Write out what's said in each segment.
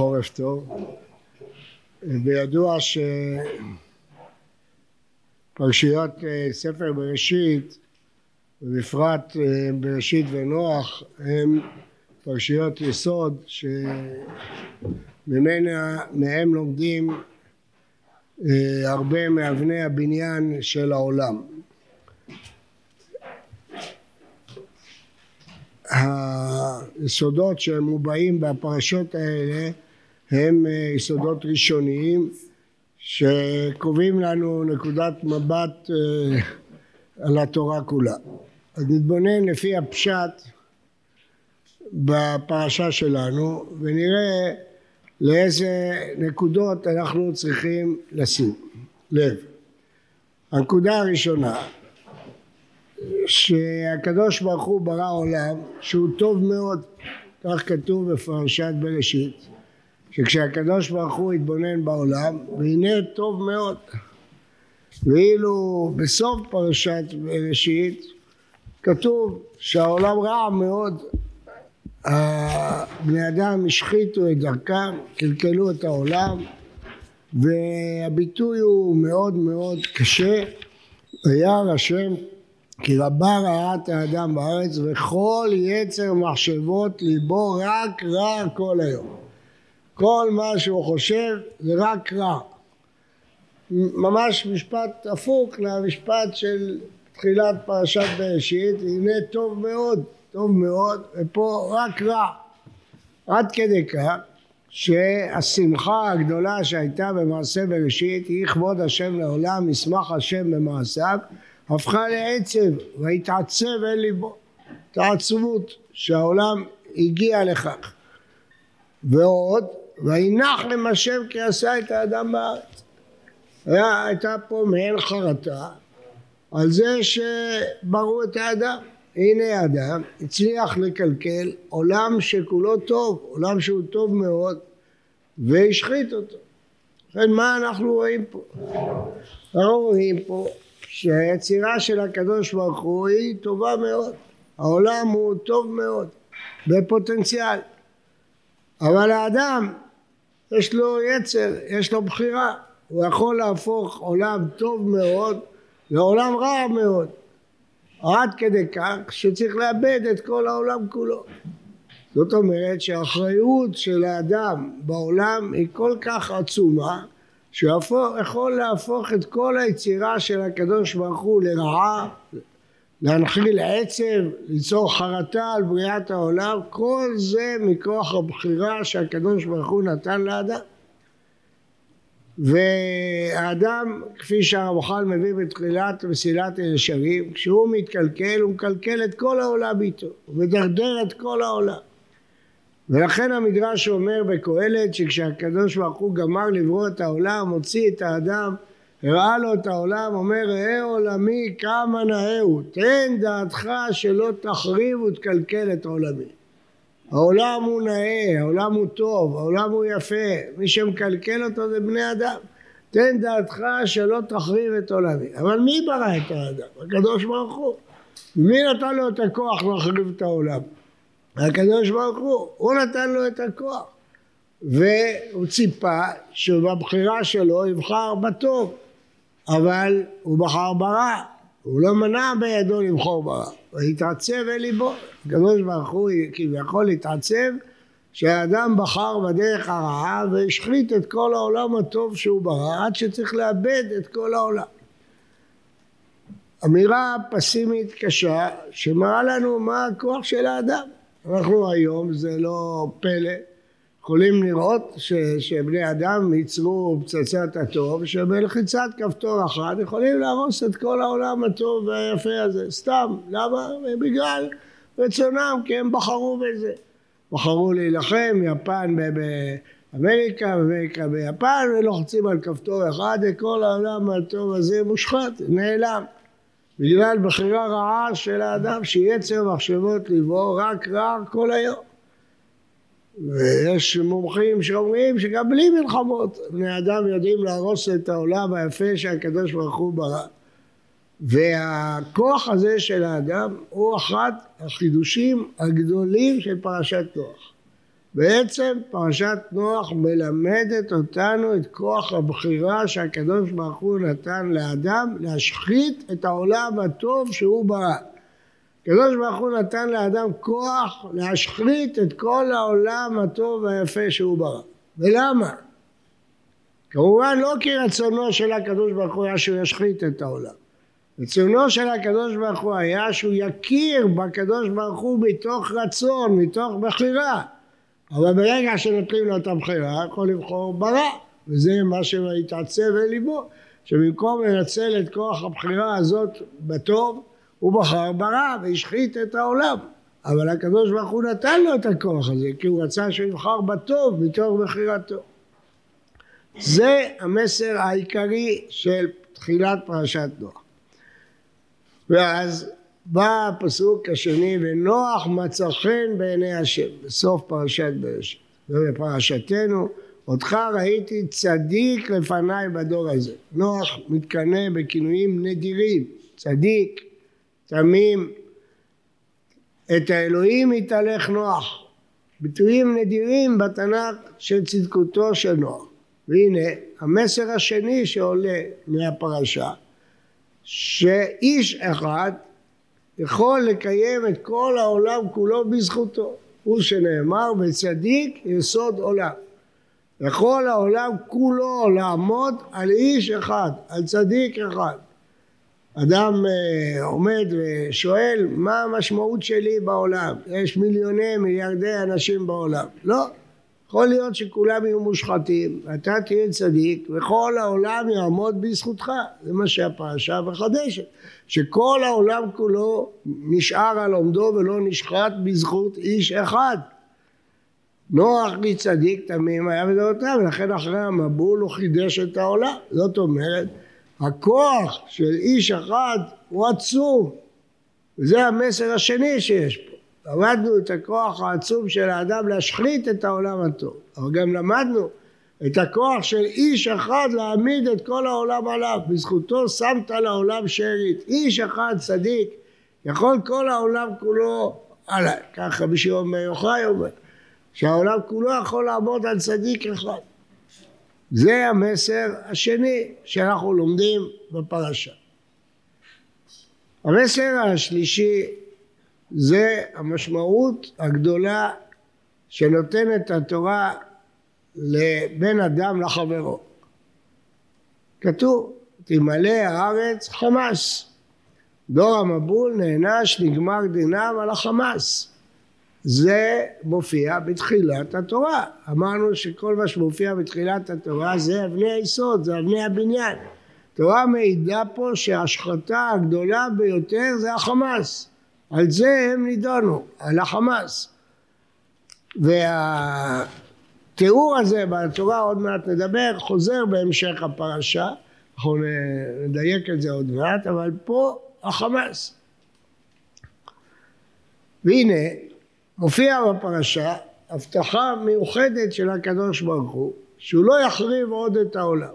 חורף טוב. וידוע שפרשיות ספר בראשית, ובפרט בראשית ונוח, הם פרשיות יסוד שמהם לומדים הרבה מאבני הבניין של העולם. היסודות שמובעים בפרשות האלה הם יסודות ראשוניים שקובעים לנו נקודת מבט על התורה כולה. אז נתבונן לפי הפשט בפרשה שלנו ונראה לאיזה נקודות אנחנו צריכים לשים לב. הנקודה הראשונה, שהקדוש ברוך הוא ברא עולם שהוא טוב מאוד, כך כתוב בפרשת בראשית, שכשהקדוש ברוך הוא התבונן בעולם והנה טוב מאוד, ואילו בסוף פרשת בראשית כתוב שהעולם רע מאוד, בני אדם השחיתו את דרכם, קלקלו את העולם, והביטוי הוא מאוד מאוד קשה. וירא השם כי רבה רעת האדם בארץ וכל יצר מחשבות ליבו רק רע כל היום. כל מה שהוא חושב זה רק רע. ממש משפט הפוך למשפט של תחילת פרשת בראשית, הנה טוב מאוד, טוב מאוד, ופה רק רע. עד כדי כך שהשמחה הגדולה שהייתה במעשה בראשית היא כבוד השם לעולם, ישמח השם במעשיו, הפכה לעצב והתעצב אל ליבו, תעצבות שהעולם הגיע לכך. ועוד, וינח למשם כי עשה את האדם בארץ. הייתה פה מעין חרטה על זה שבראו את האדם. הנה האדם הצליח לקלקל עולם שכולו טוב, עולם שהוא טוב מאוד, והשחית אותו. לכן מה אנחנו רואים פה? אנחנו רואים פה שהיצירה של הקדוש ברוך הוא היא טובה מאוד. העולם הוא טוב מאוד, בפוטנציאל. אבל האדם יש לו יצר, יש לו בחירה. הוא יכול להפוך עולם טוב מאוד לעולם רע מאוד. עד כדי כך שצריך לאבד את כל העולם כולו. זאת אומרת שהאחריות של האדם בעולם היא כל כך עצומה שיכול להפוך את כל היצירה של הקדוש ברוך הוא לרעה, להנחיל עצב, ליצור חרטה על בריאת העולם. כל זה מכוח הבחירה שהקדוש ברוך הוא נתן לאדם. והאדם, כפי שהרמח"ל מביא בתחילת מסילת ישרים, כשהוא מתקלקל הוא מקלקל את כל העולם איתו, הוא מדרדר את כל העולם. ולכן המדרש אומר בקהלת שכשהקדוש ברוך הוא גמר לברוא את העולם, הוציא את האדם, הראה לו את העולם, אומר ראה עולמי כמה נאהו, תן דעתך שלא תחריב ותקלקל את עולמי. העולם הוא נאה, העולם הוא טוב, העולם הוא יפה, מי שמקלקל אותו זה בני אדם. תן דעתך שלא תחריב את עולמי. אבל מי ברא את האדם? הקדוש ברוך הוא. מי נתן לו את הכוח להחריב את העולם? הקדוש ברוך הוא. הוא נתן לו את הכוח. והוא ציפה שבבחירה שלו יבחר בטוב. אבל הוא בחר ברע. הוא לא מנע בידו לבחור ברע. הוא התעצב אל ליבו. הקדוש ברוך הוא כביכול התעצב שהאדם בחר בדרך הרעה והשחית את כל העולם הטוב שהוא ברא עד שצריך לאבד את כל העולם. אמירה פסימית קשה שמראה לנו מה הכוח של האדם. אנחנו היום, זה לא פלא, יכולים לראות שבני אדם ייצרו פצצת אטום שבלחיצת כפתור אחד יכולים להרוס את כל העולם הטוב והיפה הזה. סתם, למה? בגלל רצונם, כי הם בחרו בזה. בחרו להילחם, יפן באמריקה, אמריקה ביפן, ולוחצים על כפתור אחד, וכל העולם הטוב הזה מושחת, נעלם. בגלל בחירה רעה של האדם, שיצר מחשבות ליבו רק רע כל היום. ויש מומחים שאומרים שגם בלי מלחמות, בני אדם יודעים להרוס את העולם היפה שהקדוש ברוך הוא ברא. והכוח הזה של האדם הוא אחד החידושים הגדולים של פרשת נוח. בעצם פרשת נוח מלמדת אותנו את כוח הבחירה שהקדוש ברוך הוא נתן לאדם להשחית את העולם הטוב שהוא ברא. הקדוש ברוך הוא נתן לאדם כוח להשחית את כל העולם הטוב והיפה שהוא ברא. ולמה? כמובן לא כי רצונו של הקדוש ברוך הוא היה שהוא ישחית את העולם. רצונו של הקדוש ברוך הוא היה שהוא יכיר בקדוש ברוך הוא מתוך רצון, מתוך בחירה. אבל ברגע שנותנים לו את הבחירה, יכול לבחור ברע. וזה מה שהתעצב בליבו, שבמקום לנצל את כוח הבחירה הזאת בטוב, הוא בחר ברע והשחית את העולם. אבל הקדוש ברוך הוא נתן לו את הכוח הזה, כי הוא רצה שהוא יבחר בטוב מתוך בחירתו. זה המסר העיקרי של תחילת פרשת נוח. ואז בא הפסוק השני, ונוח מצא חן בעיני השם, בסוף פרשת בראשית. ובפרשתנו, אותך ראיתי צדיק לפניי בדור הזה. נוח מתקנא בכינויים נדירים, צדיק, תמים, את האלוהים יתהלך נוח. ביטויים נדירים בתנ"ך של צדקותו של נוח. והנה המסר השני שעולה מהפרשה, שאיש אחד יכול לקיים את כל העולם כולו בזכותו. הוא שנאמר בצדיק יסוד עולם. יכול העולם כולו לעמוד על איש אחד, על צדיק אחד. אדם עומד ושואל מה המשמעות שלי בעולם? יש מיליוני מיליארדי אנשים בעולם. לא, יכול להיות שכולם יהיו מושחתים, אתה תהיה צדיק וכל העולם יעמוד בזכותך. זה מה שהפרשה מחדשת, שכל העולם כולו נשאר על עומדו ולא נשחט בזכות איש אחד. נוח מצדיק תמים היה בדורותיו, ולכן אחרי המבול הוא חידש את העולם. זאת אומרת, הכוח של איש אחד הוא עצום. וזה המסר השני שיש פה. למדנו את הכוח העצום של האדם להשחית את העולם הטוב. אבל גם למדנו את הכוח של איש אחד להעמיד את כל העולם עליו. בזכותו שמת לעולם שארית. איש אחד צדיק יכול כל העולם כולו עליי. ככה בשביל אומר יוחאי אומר. שהעולם כולו יכול לעמוד על צדיק אחד. זה המסר השני שאנחנו לומדים בפרשה. המסר השלישי זה המשמעות הגדולה שנותנת התורה לבן אדם לחברו. כתוב, תמלא הארץ חמס. דור המבול נענש נגמר דינם על החמס. זה מופיע בתחילת התורה. אמרנו שכל מה שמופיע בתחילת התורה זה אבני היסוד, זה אבני הבניין. התורה מעידה פה שההשחתה הגדולה ביותר זה החמאס. על זה הם נידונו, על החמאס. והתיאור הזה בתורה, עוד מעט נדבר, חוזר בהמשך הפרשה. אנחנו נדייק את זה עוד מעט, אבל פה החמאס. והנה, מופיע בפרשה הבטחה מיוחדת של הקדוש ברוך הוא שהוא לא יחריב עוד את העולם.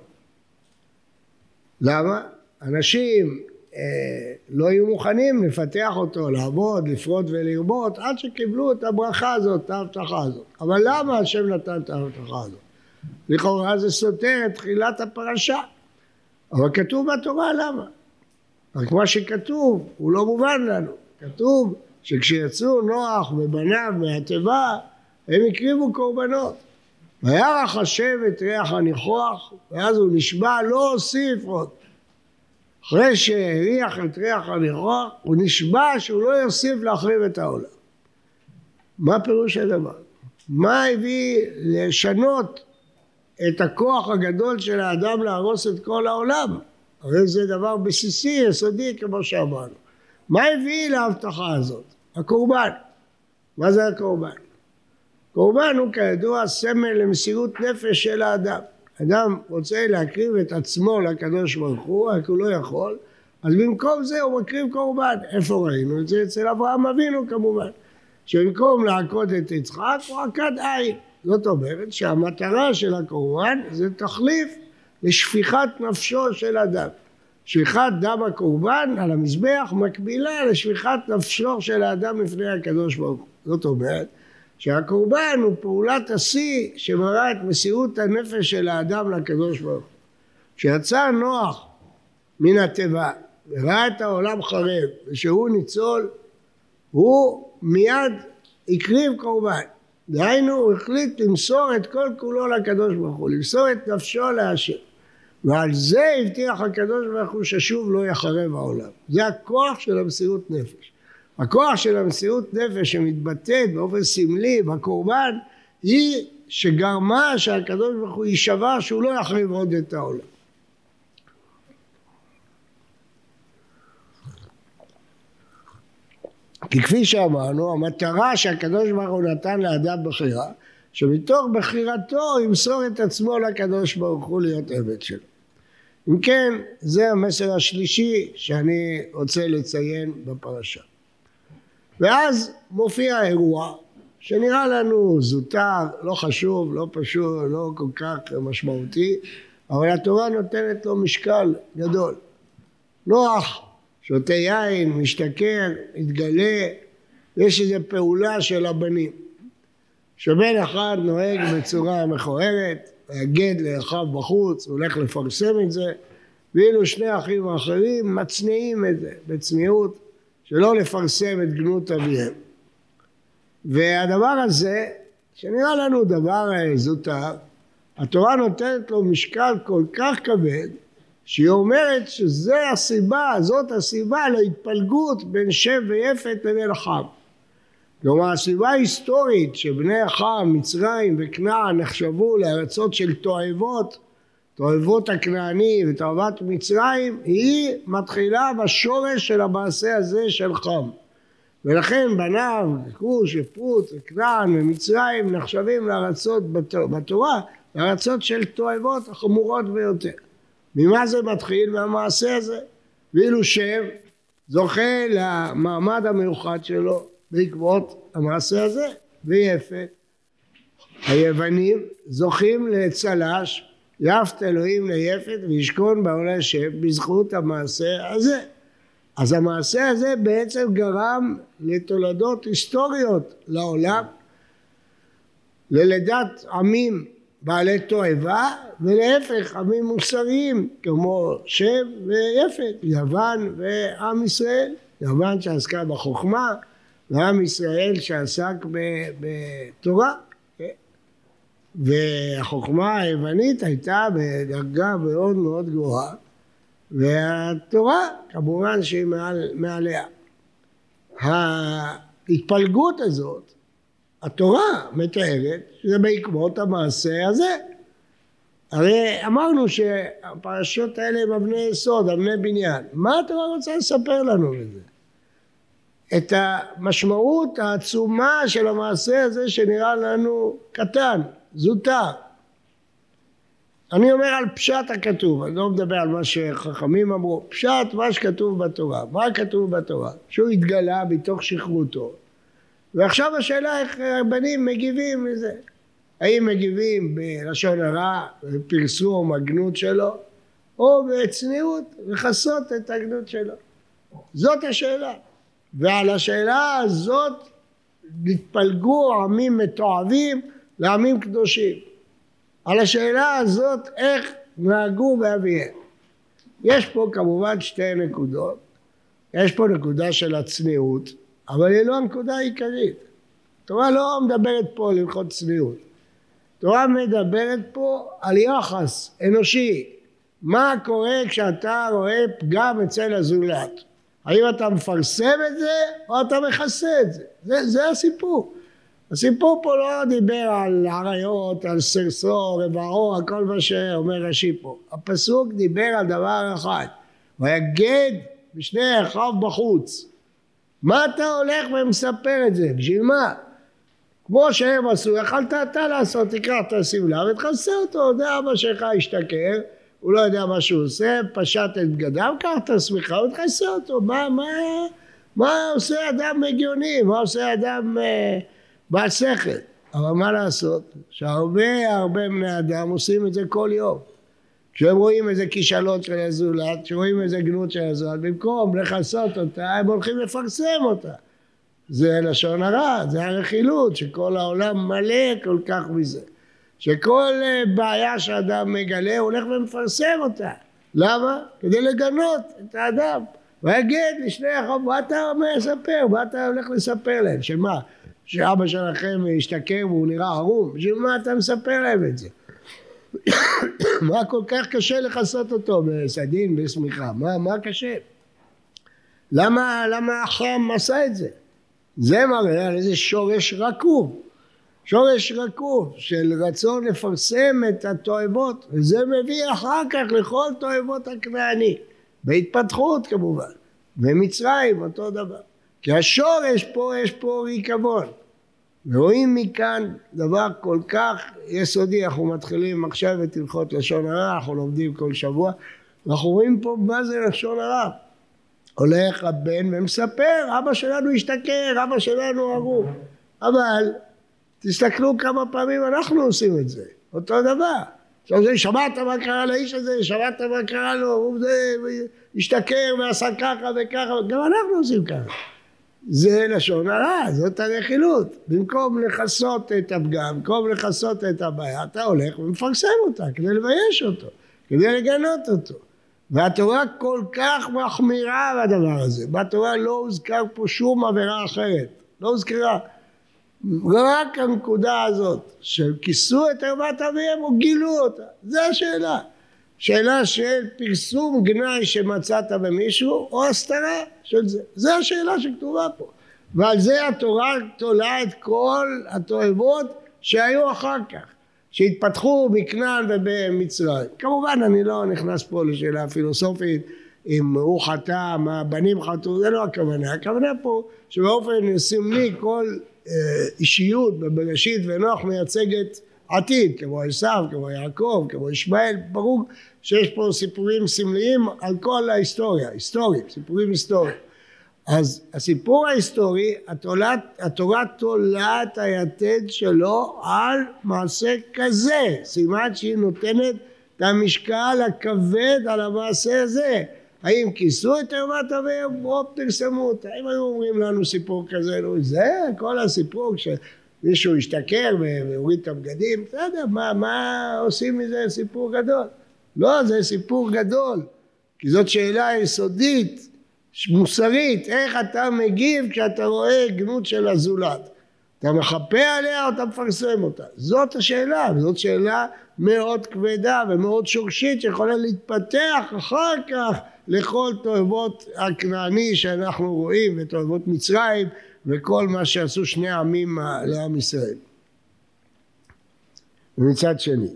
למה? אנשים לא יהיו מוכנים לפתח אותו, לעבוד, לפרוט ולרבות עד שקיבלו את הברכה הזאת, את ההבטחה הזאת. אבל למה השם נתן את ההבטחה הזאת? לכאורה זה סותר את תחילת הפרשה. אבל כתוב בתורה למה? רק מה שכתוב הוא לא מובן לנו. כתוב שכשיצאו נוח ובניו מהתיבה, הם הקריבו קורבנות. וירח השם את ריח הניחוח, ואז הוא נשבע לא הוסיף עוד. אחרי שהריח את ריח הניחוח, הוא נשבע שהוא לא יוסיף להחריב את העולם. מה פירוש הדבר? מה הביא לשנות את הכוח הגדול של האדם להרוס את כל העולם? הרי זה דבר בסיסי, יסודי, כמו שאמרנו. מה הביא להבטחה הזאת? הקורבן. מה זה הקורבן? קורבן הוא כידוע סמל למסירות נפש של האדם. אדם רוצה להקריב את עצמו לקדוש ברוך הוא, רק הוא לא יכול, אז במקום זה הוא מקריב קורבן. איפה ראינו את זה? אצל אברהם אבינו כמובן. שבמקום להכות את יצחק הוא עקד עין. זאת אומרת שהמטרה של הקורבן זה תחליף לשפיכת נפשו של אדם. שפיכת דם הקורבן על המזבח מקבילה לשפיכת נפשו של האדם לפני הקדוש ברוך הוא. זאת אומרת שהקורבן הוא פעולת השיא שמראה את מסירות הנפש של האדם לקדוש ברוך הוא. כשיצא נוח מן התיבה וראה את העולם חרב ושהוא ניצול, הוא מיד הקריב קורבן. דהיינו הוא החליט למסור את כל כולו לקדוש ברוך הוא, למסור את נפשו להשם. ועל זה הבטיח הקדוש ברוך הוא ששוב לא יחרב העולם. זה הכוח של המסירות נפש. הכוח של המסירות נפש שמתבטאת באופן סמלי בקורבן היא שגרמה שהקדוש ברוך הוא יישבע שהוא לא יחריב עוד את העולם. כי כפי שאמרנו, המטרה שהקדוש ברוך הוא נתן לאדם בחירה, שמתוך בחירתו ימסור את עצמו לקדוש ברוך הוא להיות עבד שלו. אם כן, זה המסר השלישי שאני רוצה לציין בפרשה. ואז מופיע אירוע שנראה לנו זוטר, לא חשוב, לא פשוט, לא כל כך משמעותי, אבל התורה נותנת לו משקל גדול. נוח שותה יין, משתכר, מתגלה, יש איזו פעולה של הבנים. שבן אחד נוהג בצורה מכוערת, הגד לאחיו בחוץ, הולך לפרסם את זה, ואילו שני אחים האחרים מצניעים את זה בצניעות, שלא לפרסם את גנות אביהם. והדבר הזה, שנראה לנו דבר זוטר, התורה נותנת לו משקל כל כך כבד, שהיא אומרת שזה הסיבה, זאת הסיבה להתפלגות בין שם ויפת לבין אחיו. כלומר, הסיבה ההיסטורית שבני אחיו, מצרים וכנען נחשבו לארצות של תועבות, תועבות הכנעני ותועבת מצרים, היא מתחילה בשורש של המעשה הזה של חם. ולכן בניו, כוש ופרוץ וכנען ומצרים נחשבים לארצות בתורה, לארצות של תועבות החמורות ביותר. ממה זה מתחיל? מהמעשה הזה. ואילו שם זוכה למעמד המיוחד שלו בעקבות המעשה הזה. ויפת, היוונים זוכים לצל"ש, יפת אלוהים ליפת וישכון בעולה שם בזכות המעשה הזה. אז המעשה הזה בעצם גרם לתולדות היסטוריות לעולם, ללידת עמים בעלי תועבה, ולהפך עמים מוסריים כמו שם ויפת, יוון ועם ישראל. יוון שעסקה בחוכמה, ועם ישראל שעסק בתורה. והחוכמה היוונית הייתה בדרגה מאוד מאוד גבוהה, והתורה כמובן שהיא מעליה. ההתפלגות הזאת, התורה מתארת שזה בעקבות המעשה הזה. הרי אמרנו שהפרשות האלה הם אבני יסוד, אבני בניין. מה התורה רוצה לספר לנו בזה? את המשמעות העצומה של המעשה הזה שנראה לנו קטן, זוטר. אני אומר על פשט הכתוב, אני לא מדבר על מה שחכמים אמרו, פשט מה שכתוב בתורה. מה כתוב בתורה? שהוא התגלה בתוך שכרותו. ועכשיו השאלה איך הבנים מגיבים לזה. האם מגיבים בלשון הרע, בפרסום הגנות שלו, או בצניעות לכסות את הגנות שלו. זאת השאלה. ועל השאלה הזאת התפלגו עמים מתועבים לעמים קדושים. על השאלה הזאת איך נהגו באביהם. יש פה כמובן שתי נקודות. יש פה נקודה של הצניעות, אבל היא לא הנקודה העיקרית. התורה לא מדברת פה על הלכות צניעות. התורה מדברת פה על יחס אנושי. מה קורה כשאתה רואה פגם אצל הזולת? האם אתה מפרסם את זה או אתה מכסה את זה? זה הסיפור. הסיפור פה לא דיבר על עריות, על סרסור, רבעו, הכל מה שאומר רש"י פה. הפסוק דיבר על דבר אחד. ויגד בשני אחיו בחוץ. מה אתה הולך ומספר את זה? בשביל מה? כמו שהם עשו, יכלת אתה לעשות, תקרא את השמלה ותכסה אותו, יודע אבא שלך השתכר, הוא לא יודע מה שהוא עושה, פשט את בגדיו, קח את השמיכה ותכסה אותו. מה עושה אדם הגיוני? מה עושה אדם בעל שכל? אבל מה לעשות? שהרבה בני אדם עושים את זה כל יום. כשהם רואים איזה כישלון של הזולת, כשרואים איזה גנות של הזולת, במקום לכסות אותה, הם הולכים לפרסם אותה. זה לשון הרע, זה הרכילות, שכל העולם מלא כל כך מזה. שכל בעיה שאדם מגלה, הוא הולך ומפרסם אותה. למה? כדי לגנות את האדם. ויגיד לשני אחיו, מה אתה מספר? מה אתה הולך לספר להם? שמה? שאבא שלכם השתכר והוא נראה ערום? בשביל מה אתה מספר להם את זה? מה כל כך קשה לחסות אותו בסדין, בסמיכה? מה קשה? למה החם עשה את זה? זה מראה על איזה שורש רקוב. שורש רקוב של רצון לפרסם את התועבות, וזה מביא אחר כך לכל תועבות הכנעני, בהתפתחות כמובן, ומצרים אותו דבר. כי השורש פה, יש פה ריקבון. ורואים מכאן דבר כל כך יסודי, אנחנו מתחילים עכשיו את הלכות לשון הרע, אנחנו לומדים כל שבוע, אנחנו רואים פה מה זה לשון הרע. הולך הבן ומספר, אבא שלנו השתכר, אבא שלנו ערום. אבל תסתכלו כמה פעמים אנחנו עושים את זה, אותו דבר. שמעת מה קרה לאיש הזה, שמעת מה קרה לו, הוא השתכר ועשה ככה וככה, גם אנחנו עושים ככה. זה לשון הרע, זאת הרכילות. במקום לחסות את הפגם, במקום לחסות את הבעיה, אתה הולך ומפרסם אותה כדי לבייש אותו, כדי לגנות אותו. והתורה כל כך מחמירה בדבר הזה. בתורה לא הוזכר פה שום עבירה אחרת, לא הוזכרה. רק הנקודה הזאת של כיסו את ערוות אביהם או גילו אותה, זה השאלה. שאלה של פרסום גנאי שמצאת במישהו או הסתרה של זה. זה השאלה שכתובה פה. ועל זה התורה תולה את כל התועבות שהיו אחר כך, שהתפתחו בכנען ובמצרים. כמובן אני לא נכנס פה לשאלה פילוסופית, אם הוא חטא, מה הבנים חטאו, זה לא הכוונה. הכוונה פה שבאופן סמלי כל אישיות בבראשית ונוח מייצגת עתיד, כמו עשיו, כמו יעקב, כמו ישמעאל. ברור שיש פה סיפורים סמליים על כל ההיסטוריה, היסטוריים, סיפורים היסטוריים. אז הסיפור ההיסטורי, התורה תולה את היתד שלו על מעשה כזה, סימן שהיא נותנת את המשקל הכבד על המעשה הזה. האם כיסו את ערוות אביהם או פרסמו אותה? אם היו אומרים לנו סיפור כזה, זה כל הסיפור כשמישהו השתכר והוריד את הבגדים, אתה יודע, מה עושים מזה סיפור גדול? לא, זה סיפור גדול, כי זאת שאלה יסודית, מוסרית, איך אתה מגיב כשאתה רואה גנות של הזולת? אתה מחפה עליה או אתה מפרסם אותה? זאת השאלה, וזאת שאלה מאוד כבדה ומאוד שורשית שיכולה להתפתח אחר כך לכל תועבות הכנעני שאנחנו רואים, ותועבות מצרים וכל מה שעשו שני העמים לעם ישראל. ומצד שני,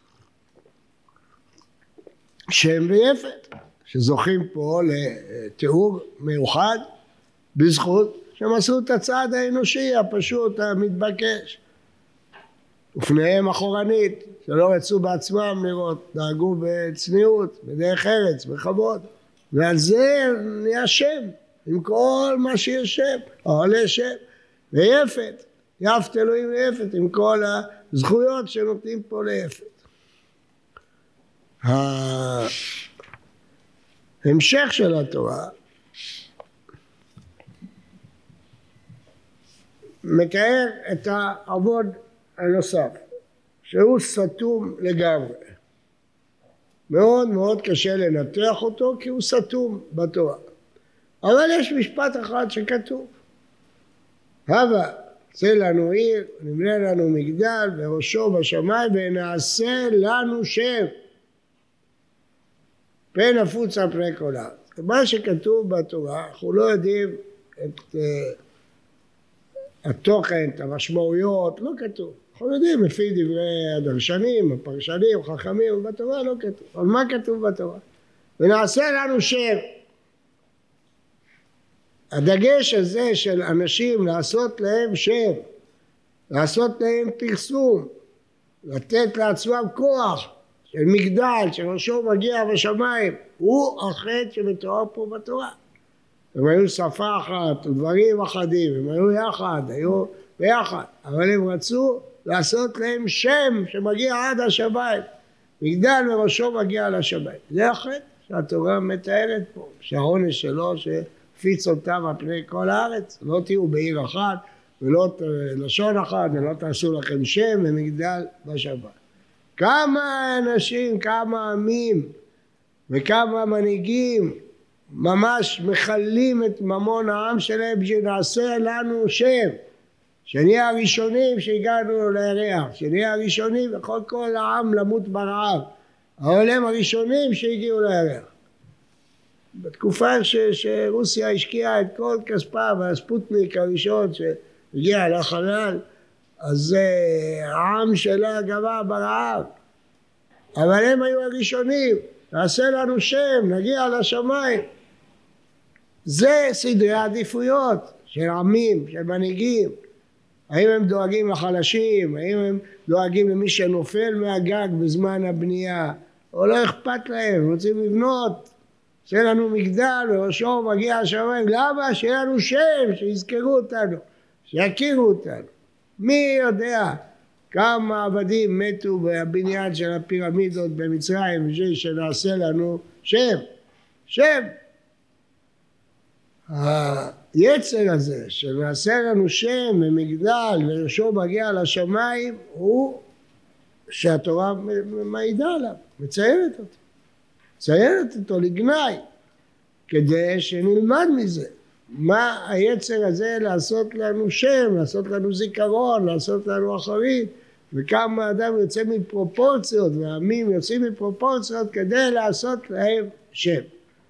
שם ויפת, שזוכים פה לתיאור מיוחד בזכות שהם עשו את הצעד האנושי הפשוט המתבקש. ופניהם אחורנית, שלא רצו בעצמם לראות, דאגו בצניעות, בדרך ארץ, בכבוד. ועל זה נהיה שם, עם כל מה שיש שם, עולה שם. ויפת, יפת אלוהים ויפת, עם כל הזכויות שנותנים פה ליפת. ההמשך של התורה מתאר את העבוד הנוסף, שהוא סתום לגמרי. מאוד מאוד קשה לנתח אותו כי הוא סתום בתורה. אבל יש משפט אחד שכתוב, הווה צא לנו עיר, נבנה לנו מגדל וראשו בשמיים ונעשה לנו שם. פן נפוץ על פני כל הארץ. מה שכתוב בתורה, אנחנו לא יודעים את התוכן, את המשמעויות, לא כתוב. אנחנו יודעים לפי דברי הדרשנים, הפרשנים, חכמים, בתורה לא כתוב. אבל מה כתוב בתורה? ונעשה לנו שם. הדגש הזה של אנשים לעשות להם שם, לעשות להם פרסום, לתת לעצמם כוח של מגדל, שראשו מגיע בשמיים, הוא החטא שמתואר פה בתורה. הם היו שפה אחת, דברים אחדים, הם היו יחד, היו ביחד, אבל הם רצו לעשות להם שם שמגיע עד השמיים. מגדל וראשו מגיע לשמיים. זה החטא שהתורה מתארת פה, שהעונש שלו להפיץ אותם על פני כל הארץ, לא תהיו בעיר אחת ולא לשון אחת ולא תעשו לכם שם ומגדל בשבת. כמה אנשים, כמה עמים וכמה מנהיגים ממש מחלים את ממון העם שלהם שנעשה לנו שם, שנהיה הראשונים שהגענו לירח, שנהיה הראשונים וכל כל העם למות ברעב, אבל הם הראשונים שהגיעו לירח. בתקופה שרוסיה השקיעה את כל כספה והספוטניק הראשון שהגיע לחלל, אז העם שלה גבה ברעב, אבל הם היו הראשונים, נעשה לנו שם, נגיע לשמיים. זה סדרי העדיפויות של עמים, של מנהיגים. האם הם דואגים לחלשים, האם הם דואגים למי שנופל מהגג בזמן הבנייה, או לא אכפת להם, הם רוצים לבנות, שיהיה לנו מגדל וראשו מגיע השמיים, למה? שיהיה לנו שם, שיזכרו אותנו, שיכירו אותנו. מי יודע כמה עבדים מתו בבניין של הפירמידות במצרים בשביל שנעשה לנו שם, שם. היצר הזה שנעשה לנו שם ומגדל וראשו מגיע לשמיים הוא שהתורה מעידה עליו, מציירת אותו. מציירת אותו לגנאי כדי שנלמד מזה. מה היצר הזה לעשות לנו שם, לעשות לנו זיכרון, לעשות לנו אחרית, וכמה אדם יוצא מפרופורציות והעמים יוצאים מפרופורציות כדי לעשות להם שם.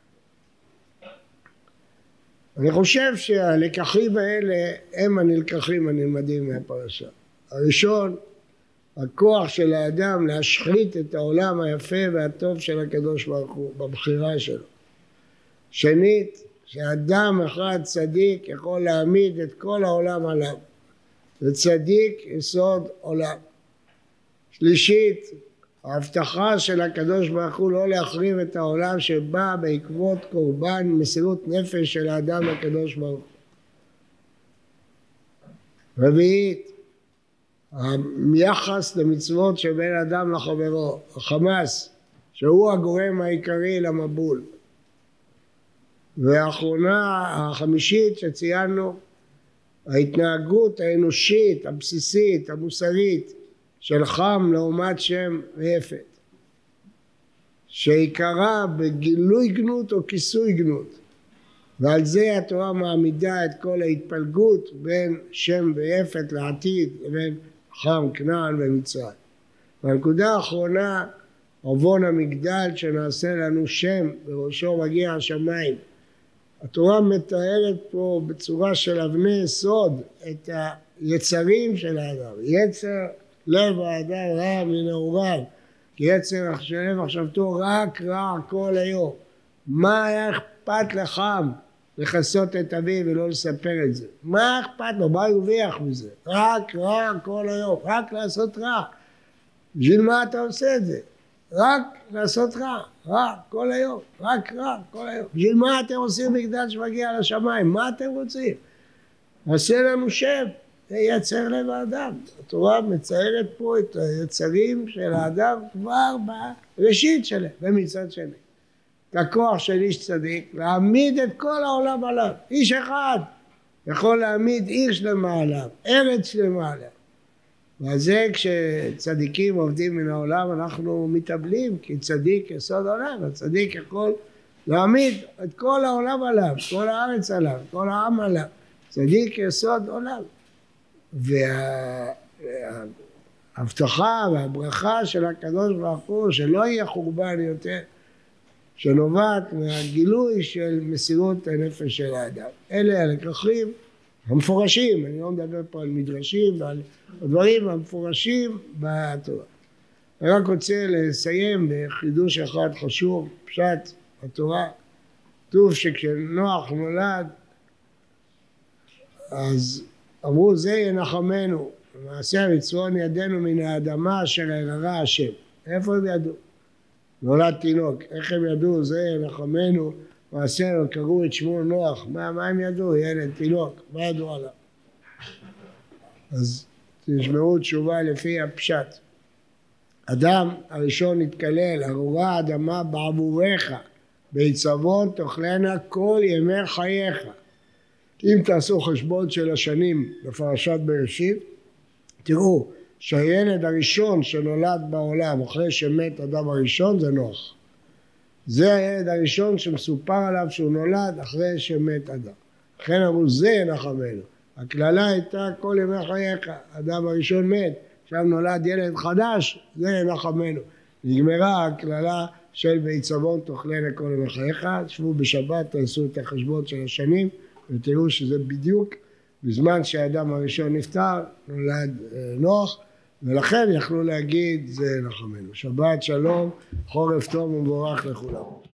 אני חושב שהלקחים האלה הם הנלקחים הנלמדים מהפרשה. הראשון, הכוח של האדם להשחית את העולם היפה והטוב של הקדוש ברוך הוא בבחירה שלו. שנית, שאדם אחד צדיק יכול להעמיד את כל העולם עליו. וצדיק יסוד עולם. שלישית, ההבטחה של הקדוש ברוך הוא לא להחריב את העולם שבא בעקבות קורבן מסירות נפש של האדם לקדוש ברוך הוא. רביעית, היחס למצוות שבין אדם לחברו, החמאס, שהוא הגורם העיקרי למבול. והאחרונה, החמישית שציינו, ההתנהגות האנושית, הבסיסית, המוסרית, של חם לעומת שם ויפת, שעיקרה בגילוי גנות או כיסוי גנות, ועל זה התורה מעמידה את כל ההתפלגות בין שם ויפת לעתיד לבין חם, כנען ומצרים. והנקודה האחרונה, עוון המגדל שנעשה לנו שם בראשו מגיע השמיים. התורה מתארת פה בצורה של אבני יסוד את היצרים של האדם. יצר לב האדם רע מנעוריו, כי יצר לב מחשבתו רק רע כל היום. מה היה אכפת לחם לכסות את אביו ולא לספר את זה? מה אכפת לו? מה ירוויח מזה? רק רע כל היום, רק לעשות רע. בשביל מה אתה עושה את זה? רק לעשות רע, רע כל היום, רק רע כל היום. בשביל מה אתם עושים מגדל שמגיע לשמיים? מה אתם רוצים? עושה לנו שם. זה יצר לב האדם. התורה מציירת פה את היצרים של האדם כבר בראשית שלהם, ומצד שני. את הכוח של איש צדיק, להעמיד את כל העולם עליו. איש אחד יכול להעמיד עיר שלמה עליו, ארץ שלמה עליו. ועל זה כשצדיקים עובדים מן העולם אנחנו מתאבלים, כי צדיק יסוד עולם, הצדיק יכול להעמיד את כל העולם עליו, כל הארץ עליו, כל העם עליו. צדיק יסוד עולם. וההבטחה והברכה של הקדוש ברוך הוא שלא יהיה חורבן יותר, שנובעת מהגילוי של מסירות הנפש של האדם. אלה הלקחים המפורשים, אני לא מדבר פה על מדרשים ועל הדברים המפורשים בתורה. אני רק רוצה לסיים בחידוש אחד חשוב, פשט התורה. כתוב שכשנוח נולד אז אמרו זה ינחמנו, מעשה רצון ידינו מן האדמה אשר הררה השם. איפה הם ידעו? נולד תינוק, איך הם ידעו? זה ינחמנו, מעשה קראו את שמו נוח. מה הם ידעו? ילד תינוק, מה ידעו עליו? אז תשמעו תשובה לפי הפשט. אדם הראשון התקלל, ארורה האדמה בעבורך, בעיצבון תאכלנה כל ימי חייך. אם תעשו חשבון של השנים בפרשת בראשית, תראו שהילד הראשון שנולד בעולם אחרי שמת אדם הראשון זה נוח. זה הילד הראשון שמסופר עליו שהוא נולד אחרי שמת אדם. לכן אמרו זה ינחמנו. הכללה הייתה כל ימי חייך, אדם הראשון מת, עכשיו נולד ילד חדש, זה ינחמנו. נגמרה הכללה של בעיצבון תאכלנה כל ימי חייך, תשבו בשבת, תעשו את החשבון של השנים, ותראו שזה בדיוק בזמן שהאדם הראשון נפטר, נולד נוח, ולכן יכלו להגיד זה ינחמנו. שבת שלום, חורף טוב ומבורך לכולם.